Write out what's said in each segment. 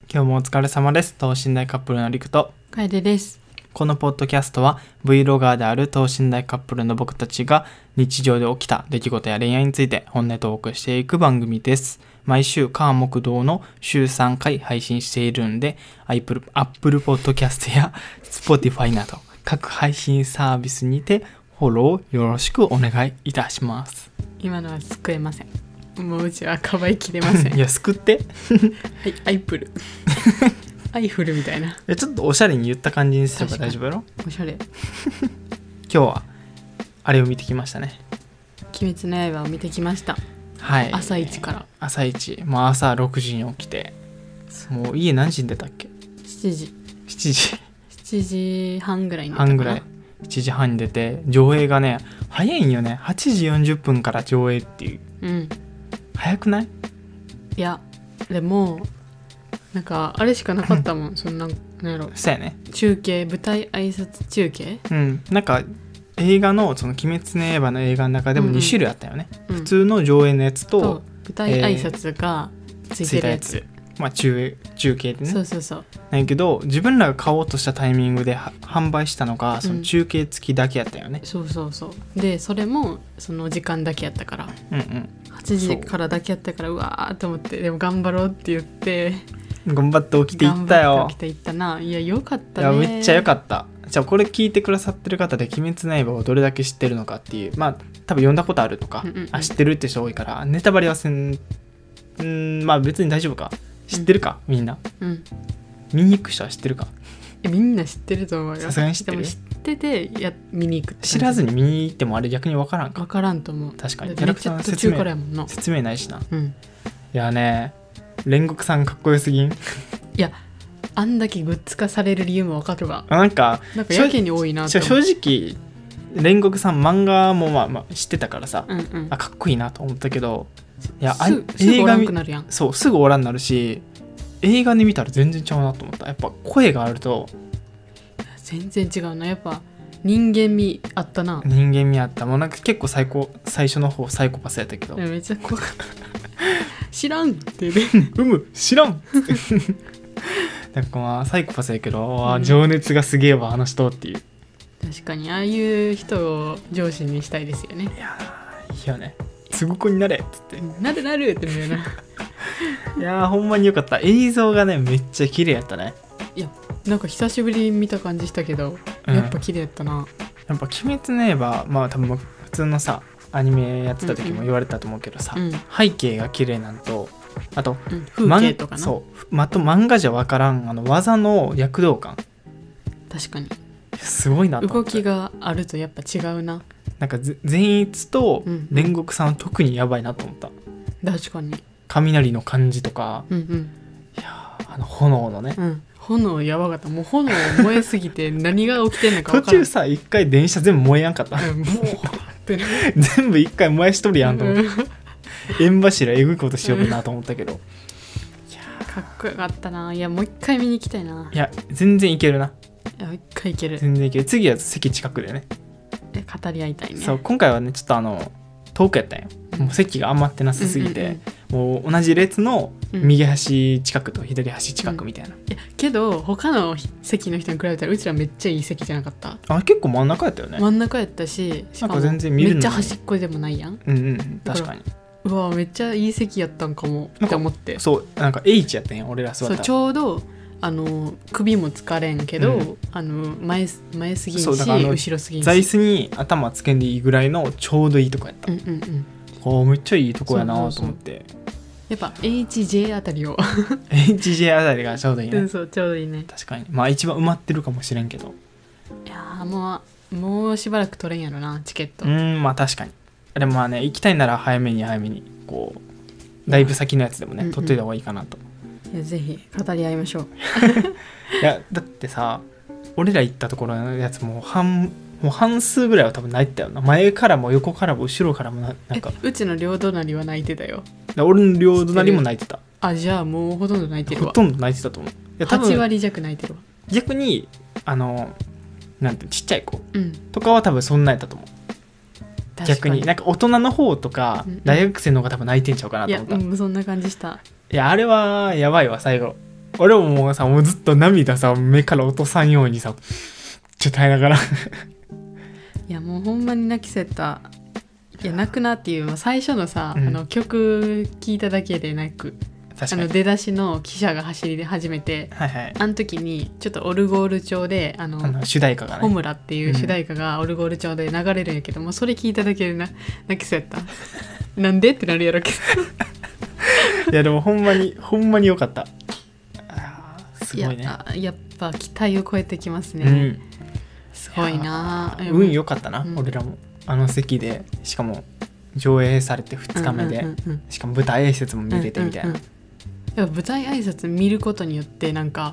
今日もお疲れ様です。等身大カップルのりくと楓です。 このポッドキャストは Vlogger である等身大カップルの僕たちが日常で起きた出来事や恋愛について本音トークしていく番組です。毎週火木土の週3回配信しているんで Apple Podcast や Spotify など各配信サービスにてフォローよろしくお願いいたします。 今のは救えません。もううちはかばいきれません。 いや救ってはい、アイプルアイフルみたいな。 ちょっとおしゃれに言った感じにすれば大丈夫やろ。 おしゃれ。 今日はあれを見てきましたね。 鬼滅の刃を見てきました。 はい、 朝一から朝一、まあ、朝6時に起きて、もう家何時に出たっけ。 7時半ぐらいに出たかな。 半ぐらい、7時半に出て、上映がね早いんよね。8時40分から上映っていう、早くない？ いやでもなんかあれしかなかったもんそんなんやろ。 そうやね、 中継、舞台挨拶中継。 なんか映画のその鬼滅の刃の映画の中でも2種類あったよね、普通の上映のやつと舞台挨拶がついてるやつ、 まあ中継でね。 そうなんやけど自分らが買おうとしたタイミングで販売したのがその中継付きだけやったよね、 そうでそれもその時間だけやったから、8時からだけやったからうわーと思って、でも頑張ろうって言って頑張って起きていったよ。 起きていったな。いやよかったね。 いやめっちゃよかった。じゃあこれ聞いてくださってる方で鬼滅の刃をどれだけ知ってるのかっていう、まあ多分読んだことあるとか、知ってるって人多いからネタバレはせん、まあ別に大丈夫か。知ってるか、みんな、見に行く人は知ってるか。 みんな知ってると思うよ。 さすがに知ってる。 でも知ってて見に行くって知らずに見に行ってもあれ逆に分からんか。 分からんと思う。 確かにキャラクターの説明ないしな、 いやね煉獄さんかっこよすぎん。 いやあんだけグッズ化される理由も分かるわ。 なんかやけに多いなと。 正直煉獄さん漫画もまあ知ってたからさ、あかっこいいなと思ったけど、いやすぐおらんくなるやん。 そうすぐおらんなるし、映画で見たら全然違うなと思った。やっぱ声があると全然違うな。やっぱ人間味あったな。 人間味あった。もうなんか結構最初の方サイコパスやったけど、 めっちゃ怖かった知らんってね知らんってなんかまあサイコパスやけど、情熱がすげえわあの人っていう。 確かにああいう人を上司にしたいですよね。 いやいいよね。つぐこになれっつって、 なるって言うな。 いやほんまによかった。映像がねめっちゃ綺麗やったね。 いやなんか久しぶりに見た感じしたけど、やっぱ綺麗やったな。 やっぱ鬼滅の刃、まあ多分普通のさアニメやってた時も言われたと思うけどさ、背景が綺麗なんと、あと、 風景とかな。 そうあと漫画じゃ分からん技の躍動感、 確かにすごいなと思って。 動きがあるとやっぱ違うな。 なんか善逸と煉獄さんは特にやばいなと思った、 確かに雷の感じとか、いや炎のね、 炎やばかった。もう炎燃えすぎて何が起きてんのか分からん。 途中さ一回電車全部燃えやんかった、 もうって全部一回燃やしとるやんと思って縁柱えぐいことしようかなと思ったけど、 かっこよかったな。いやもう一回見に行きたいな。 いや全然いけるな。 いや一回行ける。 全然いける。次は席近くでね。 語り合いたいね。 そう今回はねちょっと遠くやったんよ。もう席が余ってなさすぎて、もう同じ列の右端近くと左端近くみたいな、 いやけど他の席の人に比べたらうちらめっちゃいい席じゃなかった？ 結構真ん中やったよね。 真ん中やったし、しかも全然見るのめっちゃ端っこでもないやん。 確かに。 うわめっちゃいい席やったんかもって思って。 そうなんか H やったんや俺ら座った。 そうちょうど首も疲れんけど、前すぎんし後ろすぎんし、 座椅子に頭つけんでいいぐらいのちょうどいいとこやった。めっちゃいいとこやなと思って。やっぱ HJ あたりを HJ あたりがちょうどいいね。 そうちょうどいいね。 確かにまあ一番埋まってるかもしれんけど、 いやもうしばらく取れんやろなチケット。 まあ確かに。でもまあね行きたいなら早めにこうだいぶ先のやつでもね取っといた方がいいかなと。 いやぜひ語り合いましょういやだってさ俺ら行ったところのやつもう半数ぐらいは多分泣いてたよな。前からも横からも後ろからもなんかうちの両隣は泣いてたよ。 俺の両隣も泣いてた。 じゃあもうほとんど泣いてるわ。 ほとんど泣いてたと思う。いや多分 8割弱泣いてるわ。 逆になんてちっちゃい子とかは多分そんなやったと思う。逆になんか大人の方とか大学生の方が多分泣いてんちゃうかなと思った。 そんな感じした。 いやあれはやばいわ最後。 俺ももうさ、もうずっと涙さ目から落とさんようにさちょっと耐えながらいやもうほんまに泣きそうやった。いや泣くなっていう、最初のさ、曲聴いただけで泣く。出だしの汽車が走りで始めて、 はいはい、 あの時にちょっとオルゴール調で主題歌がね、 ホムラっていう主題歌がオルゴール調で流れるんやけども、それ聞いただけで泣きそうやったなんでってなるやろけどいやでもほんまによかった。すごいね。 やっぱ期待を超えてきますね、すごいな。 運良かったな、俺らもあの席で、しかも上映されて2日目で、しかも舞台挨拶も見れてみたいな、 やっぱ舞台挨拶見ることによってなんか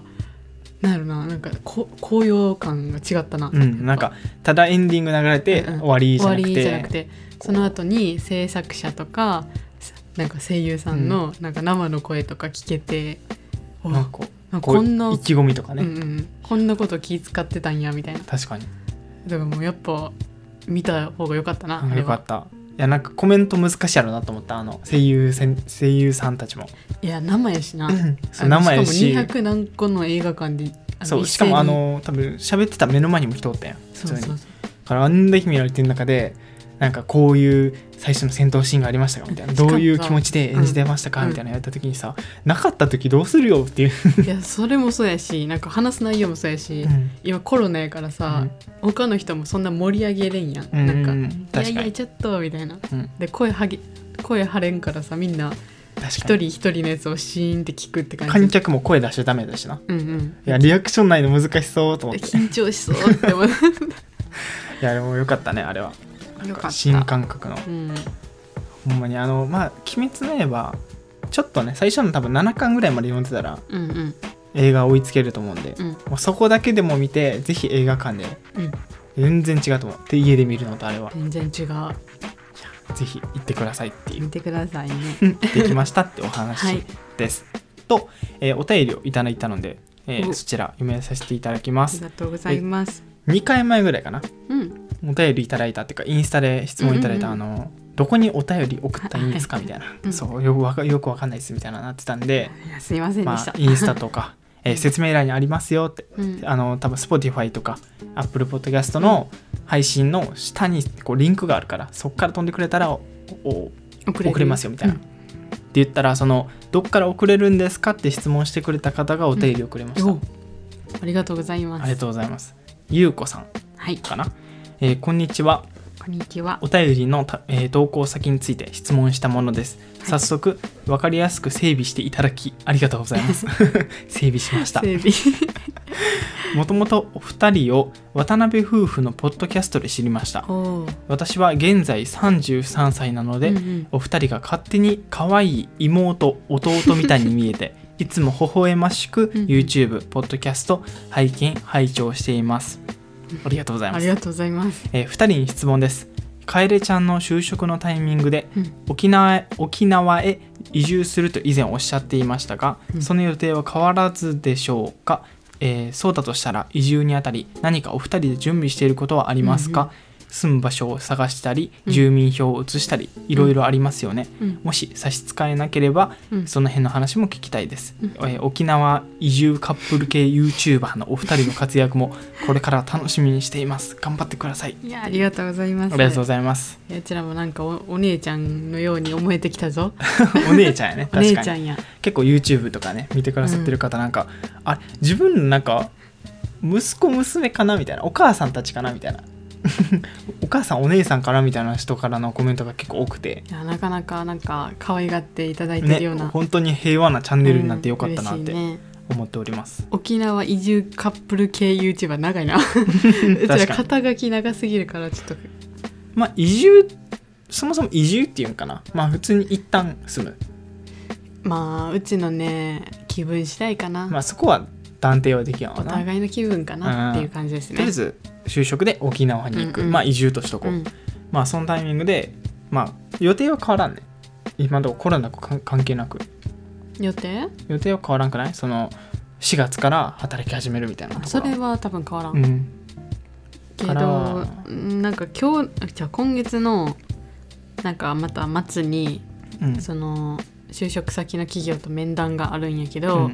高揚感が違ったな、 なんかただエンディング流れて終わりじゃなくて、 その後に制作者とかなんか声優さんのなんか生の声とか聞けて、 なんかこんな意気込みとかね、 こんなこと気使ってたんやみたいな。 確かに。 だからもうやっぱ見た方が良かったな。 よかった。いやなんかコメント難しいやろなと思った。声優さんたちも、 いや生やしな、 生やし、 しかも200何個の映画館で、 そうしかも多分喋ってた目の前にも人おったやん、普通に。 そうだからあんだけ見られてる中で、なんかこういう最初の戦闘シーンがありましたかみたいな、どういう気持ちで演じてましたか、みたいなやった時にさ、なかった時どうするよっていういやそれもそうやし、なんか話す内容もそうやし、今コロナやからさ、他の人もそんな盛り上げれんやん、なんかいやいやちょっとみたいな、で声張れんからさ、みんな一人一人のやつをシーンって聞くって感じ。 観客も声出しちゃダメだしな、いやリアクションないの難しそうと思って緊張しそうって思っていやでもよかったね、あれは。新感覚の、ほんまに鬼滅の刃ちょっとね、最初の多分7巻ぐらいまで読んでたら、映画追いつけると思うんで、もうそこだけでも見て、ぜひ映画館で、全然違うと思う。で家で見るのとあれは全然違う。 ぜひ行ってくださいっていう、 見てくださいねできましたってお話です、と、お便りをいただいたので、そちら読めさせていただきます。 ありがとうございます。 2回前ぐらいかな、お便りいただいたっていうか、インスタで質問いただいた、どこにお便り送ったらいいんですかみたいな、そうよくわかんないですみたいななってたんで、 すいませんでした、 インスタとか説明欄にありますよって、多分 Spotify とか Apple Podcast の配信の下にこうリンクがあるから、そこから飛んでくれたら送れますよみたいな、って言ったら、どっから送れるんですかって質問してくれた方がお便りをくれました、 ありがとうございます。 ありがとうございます。ゆうこさんかな、こんにちは。 こんにちは。 お便りの投稿先について質問したものです。早速分かりやすく整備していただきありがとうございます整備しました。もともとお二人を渡辺夫婦のポッドキャストで知りました。私は現在33歳なので、お二人が勝手に可愛い妹弟みたいに見えていつも微笑ましく YouTube、ポッドキャスト拝聴しています。ありがとうございます。 ありがとうございます。 2人に質問です。楓ちゃんの就職のタイミングで、沖縄へ移住すると以前おっしゃっていましたが、その予定は変わらずでしょうか。そうだとしたら移住にあたり何かお二人で準備していることはありますか。住む場所を探したり住民票を移したり、いろいろありますよね、もし差し支えなければ、その辺の話も聞きたいです、沖縄移住カップル系 YouTuber のお二人の活躍もこれから楽しみにしています。頑張ってください。 いやありがとうございます。 ありがとうございます。 こちらもなんか お姉ちゃんのように思えてきたぞお姉ちゃんやね。確かにお姉ちゃんや。 結構 YouTube とかね見てくださってる方なんか、あ自分なんか息子娘かなみたいな、お母さんたちかなみたいなお母さんお姉さんからみたいな人からのコメントが結構多くて、 いやなかなかなんか可愛がっていただいてるような、 本当に平和なチャンネルになってよかったなって思っております、 沖縄移住カップル系 YouTuber 長いなうちら肩書き長すぎるからちょっと移住、そもそも移住っていうんかな、普通に一旦住む、 うちのね気分次第かな、 そこは断定はできんわな、 お互いの気分かなっていう感じですね。 とりあえず就職で沖縄に行く、移住としとこう、そのタイミングで予定は変わらんね。今のところコロナと関係なく予定は変わらんくない？その4月から働き始めるみたいなところ。 それは多分変わらん、けどなんか今月のなんかまた末に、その就職先の企業と面談があるんやけど、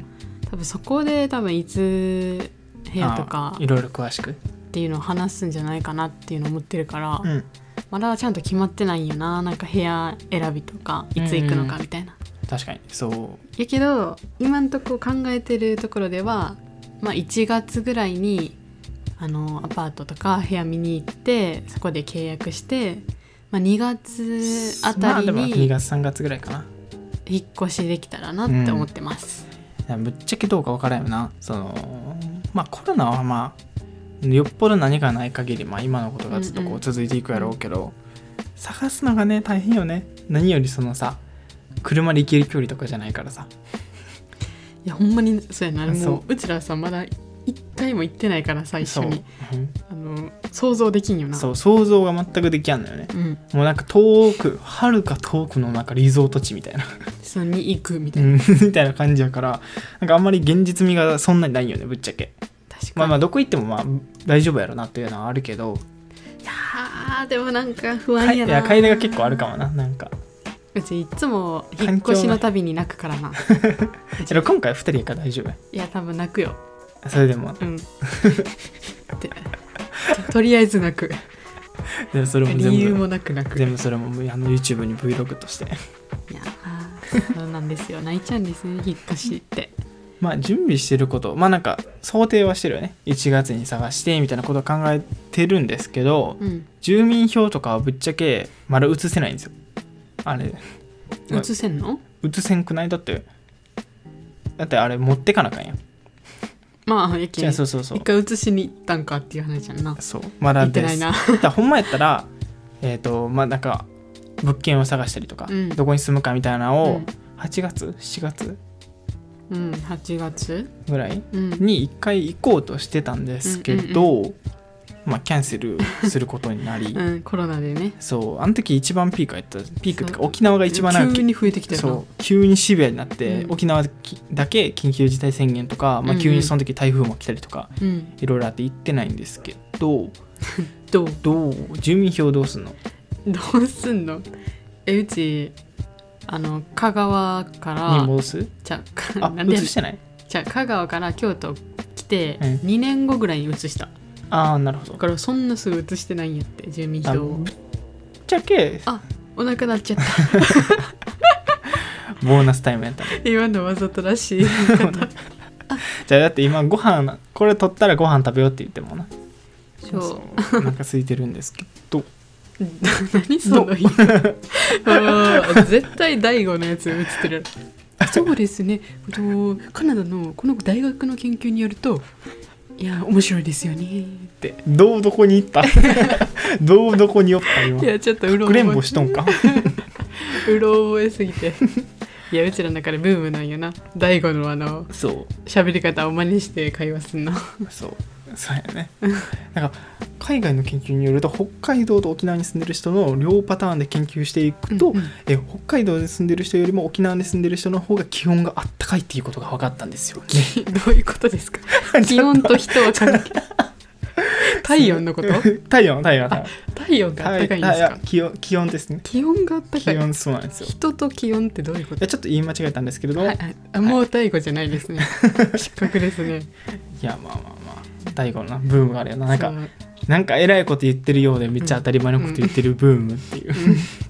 多分そこで多分いつ部屋とかいろいろ詳しくっていうのを話すんじゃないかなっていうのを思ってるから、 うん、 まだちゃんと決まってないんよな。なんか部屋選びとかいつ行くのかみたいな、 確かにそうやけど今んとこ考えてるところでは、まあ、1月ぐらいにアパートとか部屋見に行ってそこで契約して、まあ、2月あたりでも2 に月3月ぐらいかな引っ越しできたらなって思ってます、 ぶっちゃけどうか分からんよな。まあコロナはまあよっぽど何かない限り、まあ、今のことがずっとこう続いていくやろうけど、探すのがね大変よね。何よりそのさ車で行ける距離とかじゃないからさ。 いやほんまにそうやな。もううちらさまだ一回も行ってないからさ一緒に、想像できんよな。 そう想像が全くできやんのよね、もうなんか遠くはるか遠くのなんかリゾート地みたいなそれに行くみたいな、 みたいな感じやから、なんかあんまり現実味がそんなにないよねぶっちゃけ。 確かにまあどこ行ってもまあ大丈夫やろなっていうのはあるけど、 いやでもなんか不安やな。 いや楓が結構あるかもな。なんかうちいつも引っ越しのたびに泣くからな今回2人やから大丈夫。 いや多分泣くよ。 それでもとりあえず泣く。 でもそれも全部理由もなく泣く。 全部それもYouTube に Vlog としていやそうなんですよ。泣いちゃうんですね引っ越しって。 まあ準備してることまあなんか想定はしてるよね。1月に探してみたいなことを考えてるんですけど、住民票とかはぶっちゃけまだ移せないんですよ。あれ移せんの？ 移せんくない？だってあれ持ってかなあかんやん。 まあやけんそう一回移しに行ったんかっていう話やんな。 そうまだです。 行ってないな。 ほんまやったらまあなんか物件を探したりとか、どこに住むかみたいなのを8月7月 8月ぐらいに1回行こうとしてたんですけど、まあキャンセルすることになり、 コロナでね。 そうあの時一番ピークやった。ピークっていうか沖縄が一番なんか急に増えてきたよな。 そう急にシビアになって、沖縄だけ緊急事態宣言とか、まあ、急にその時台風も来たりとか、いろいろあって行ってないんですけどどう住民票どうすんの？ どうすんの？うち香川からに戻す？ なんで移してない？ 香川から京都来て2年後ぐらいに移した。 ああなるほど。 だからそんなすぐ移してないんやって住民票を。 ぶっちゃけお腹なっちゃったボーナスタイムやった今のわざとらしいじゃあだって今ご飯これ取ったらご飯食べようって言ってもな。 そうなんか空いてるんですけど何その言い絶対大悟のやつ映ってるそうですね、カナダのこの大学の研究によるといや面白いですよねってどこに行ったどこにおった今。 いやちょっとうろ覚えんぼしとんかうろ覚えすぎていやうちらの中でブームなんよな。大悟のそう喋り方を真似して会話すんのそうやねなんか海外の研究によると北海道と沖縄に住んでる人の両パターンで研究していくと、北海道で住んでる人よりも沖縄で住んでる人の方が気温があったかいっていうことが分かったんですよ、ね、 どういうことですか気温と人は関係体温のこと？ 体温があったかいんですか？ 気温ですね。 気温があったかい。 気温そうなんですよ。 人と気温ってどういうこと？ ちょっと言い間違えたんですけれど、 もう大悟じゃないですね失格ですね。 いやまあ大悟のなブームがあるよな。なんか偉いこと言ってるようでめっちゃ当たり前のこと言ってるブームっていう、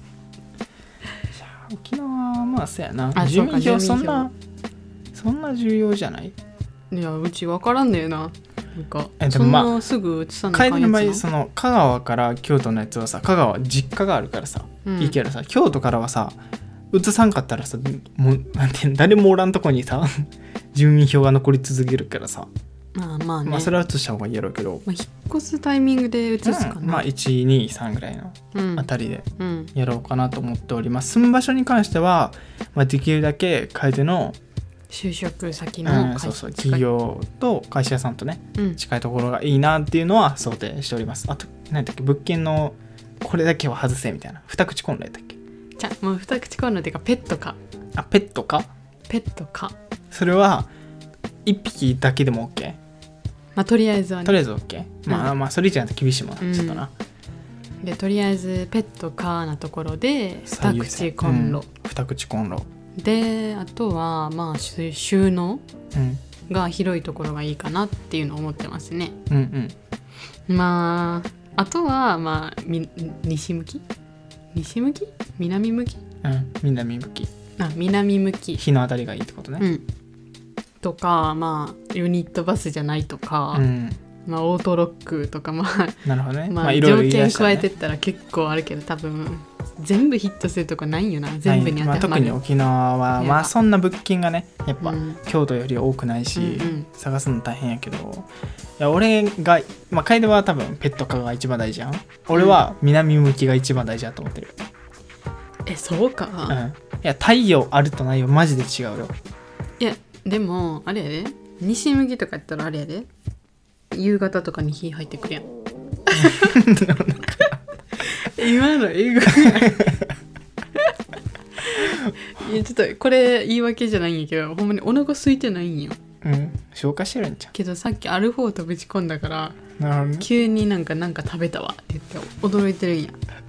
沖縄はまあそうやな。住民票そんな重要じゃない？ いやうち分からんねえな。なんかでもまあ、 そんなすぐ移さないかんやつな。 楓の場合香川から京都のやつはさ、香川は実家があるからさ、いいけどさ、京都からはさ移さんかったらさ、もうなんて誰もおらんとこにさ住民票が残り続けるからさ、 まあね、 それは移した方がいいやろうけど、 引っ越すタイミングで移すかな。 1、2、3ぐらいのあたりでやろうかなと思っております。住む場所に関しては、できるだけ楓の就職先の企業と会社さんとね、近いところがいいなっていうのは想定しております。あと何だっけ、物件のこれだけは外せみたいな二口コンロやったっけ？ もう二口コンロっていうかペットか。 ペットか。それは1匹だけでも OK？ とりあえずはね。 とりあえず OK？それ以上だと厳しいもん、ちょっとな。 でとりあえずペットかなところで二口コンロ。 二口コンロであとは収納、 が広いところがいいかなっていうのを思ってますね。 うんうん。まああとはまあ西向き南向き、 南向き、 南向き、 日の当たりがいいってことね。 うん、とかまあユニットバスじゃないとか、まあオートロックとかまあなるほどね。 まあ条件加えてったら結構あるけど、多分全部ヒットするとかないんよな。全部に当てはまる、 特に沖縄はまあそんな物件がねやっぱ京都より多くないし、探すの大変やけど、いや俺がまあ楓は多分ペット可が一番大事じゃん。俺は南向きが一番大事だと思ってる。 そうか。 いや太陽あるとないよマジで違うよ。 いやでもあれやで、西向きとかやったらあれやで、夕方とかに日入ってくるやん。今の英語いやちょっとこれ言い訳じゃないんやけど、ほんまにお腹空いてないんよ。 消化してるんじゃん。 けどさっきアルフォートぶち込んだから、 なるほどね、 急になんか食べたわって言って驚いてるんや。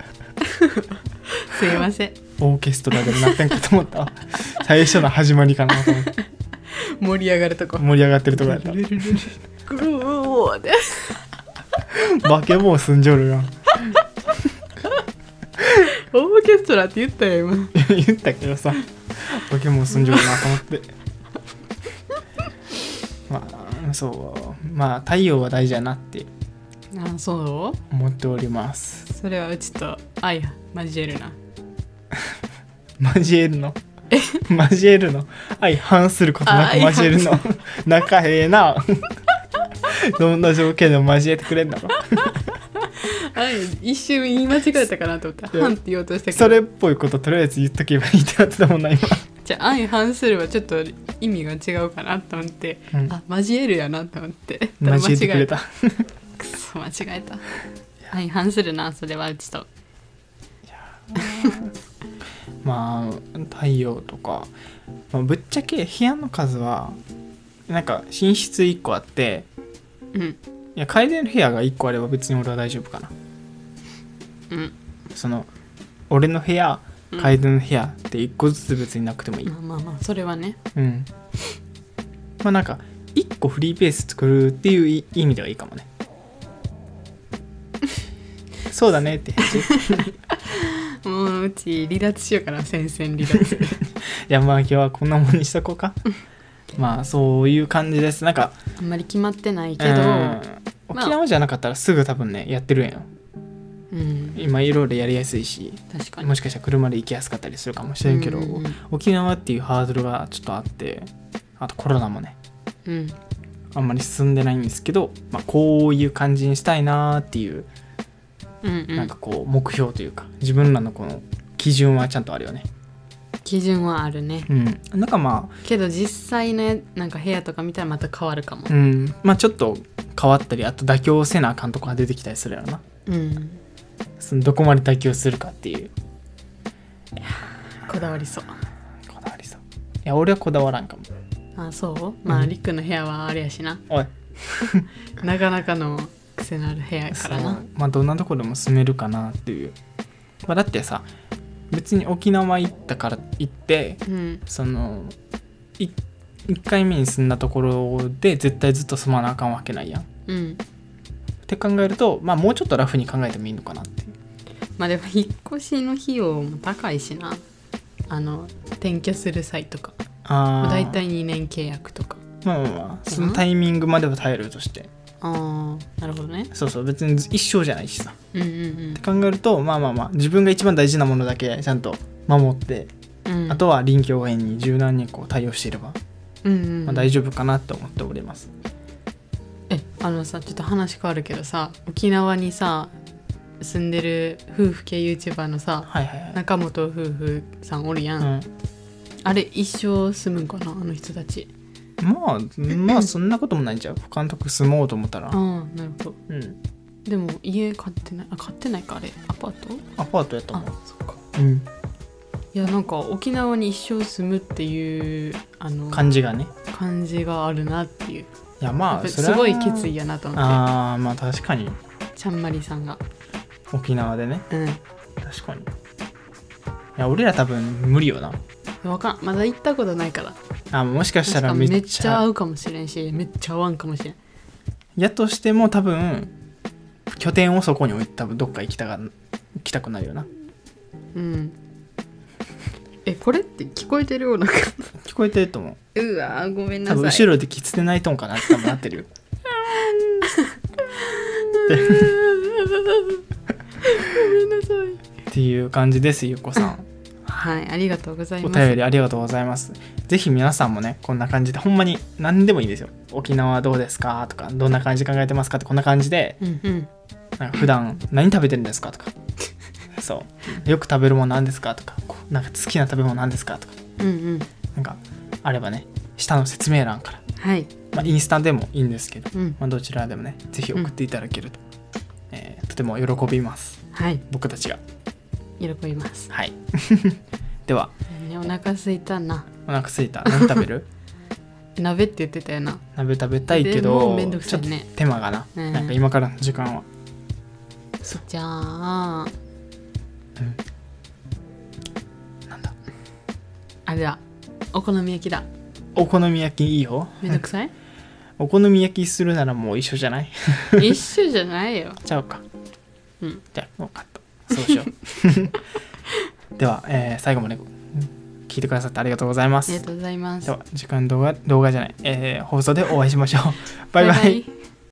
すいません。 オーケストラでもなってんかと思った。最初の始まりかなと思って。 盛り上がるとこ、 盛り上がってるとこやった。 グルーでバケモン住んじょるやん。 オーケストラって言ったよ今。 言ったけどさ、バケモン住んじょるなと思って。まあそうまあ太陽は大事やなってそう思っております。 それはうちと相交えるな。 交えるの相反することなく交えるの。仲ええな。どんな条件でも交えてくれんだろ。 一瞬言い間違えたかなと思って反って言おうとしたけど、 それっぽいこととりあえず言っとけばいいってなってたもんな今。 じゃあ相反するはちょっと意味が違うかなと思って、交えるやなと思って交えてくれた。 くそ間違えた。相反するなそれはうちと。 まあ太陽とか、まあ、ぶっちゃけ部屋の数はなんか寝室1個あって、いや楓の部屋が1個あれば別に俺は大丈夫かな。その俺の部屋、楓の部屋って1個ずつ別になくてもいい。 まあそれはね。 まあなんか1個フリーペース作るっていう意味ではいいかもね。そうだねって返事。 もううち離脱しようかな、戦線離脱。 いやまあ今日はこんなもんにしとこうか。まあそういう感じです。なんかあんまり決まってないけど、 沖縄じゃなかったらすぐ多分ねやってるんよ。今いろいろやりやすいし、 確かにもしかしたら車で行きやすかったりするかもしれんけど、沖縄っていうハードルがちょっとあって、あとコロナもね、あんまり進んでないんですけど、まあ、こういう感じにしたいなっていう、なんかこう目標というか自分らのこの基準はちゃんとあるよね。 基準はあるね。 なんかまあけど実際のなんか部屋とか見たらまた変わるかも。 まあちょっと変わったり、あと妥協せなあかんとこが出てきたりするやろな。そのどこまで妥協するかっていう。 こだわりそう。 いや俺はこだわらんかも。 そうまあリックの部屋はあれやしな。 おいなかなかの癖のある部屋やからな。 まあどんなとこでも住めるかなっていう。まあ、だってさ別に沖縄行ったから行って、その1回目に住んだところで絶対ずっと住まなあかんわけないやん。って考えると、まあもうちょっとラフに考えてもいいのかなっていう。 まあでも引っ越しの費用も高いしな。転居する際とか。だいたい2年契約とか。 まあそのタイミングまでは耐えるとして。 なるほどね。 そう別に一生じゃないしさ。って考えるとまあ自分が一番大事なものだけちゃんと守って、あとは臨機応変に柔軟にこう対応していれば、まあ、大丈夫かなと思っております。 さちょっと話変わるけどさ、沖縄にさ住んでる夫婦系 YouTuber のさ、中本夫婦さんおるやん、あれ一生住むんかなあの人たち。 まあそんなこともないんちゃう。他のとこ住もうと思ったら。 なるほど。でも家買ってないか、あれアパートやったもん。 そっか。いやなんか沖縄に一生住むっていう感じがあるなっていう。 いやまあそれはすごい決意やなと思って。 まあ確かにちゃんまりさんが沖縄でね。確かに。いや俺ら多分無理よな。 わかん、まだ行ったことないから。 あ、もしかしたらめっちゃ合うかもしれんし、めっちゃ合わんかもしれん。 やとしても多分拠点をそこに置いて多分どっか行きたくなるよな。 うん。これって聞こえてるような聞こえてると思う。 うわごめんなさい。 多分後ろでキツネ鳴いとんかなって多分なってるよ。 ごめんなさい。 っていう感じです、ゆうこさん。 はい、ありがとうございます。 お便りありがとうございます。ぜひ皆さんもね、こんな感じで、ほんまに何でもいいですよ。沖縄どうですかとか、どんな感じで考えてますかって、こんな感じで、なんか普段何食べてるんですかとか、そう、よく食べるもの何ですかとか、なんか好きな食べ物何ですかとか、なんかあればね、下の説明欄から、 はい、 インスタでもいいんですけど、どちらでもね、ぜひ送っていただけると、とても喜びます。 はい、 僕たちが。 喜びます。 はい。では、 お腹すいたな。 お腹すいた。何食べる？ 鍋って言ってたよな。 鍋食べたいけど、 めんどくさいね、 ちょっと手間がな、なんか今からの時間は。 じゃあ、 なんだ。 あれだ。お好み焼きだ。 お好み焼きいいよ。 めんどくさい？ お好み焼きするならもう一緒じゃない？ 一緒じゃないよ。 ちゃうか。 うん。 じゃあもうカット。そうしよう。では、最後まで聞いてくださってありがとうございます。 ありがとうございます。 では次回の動画じゃない、放送でお会いしましょう。バイバイ。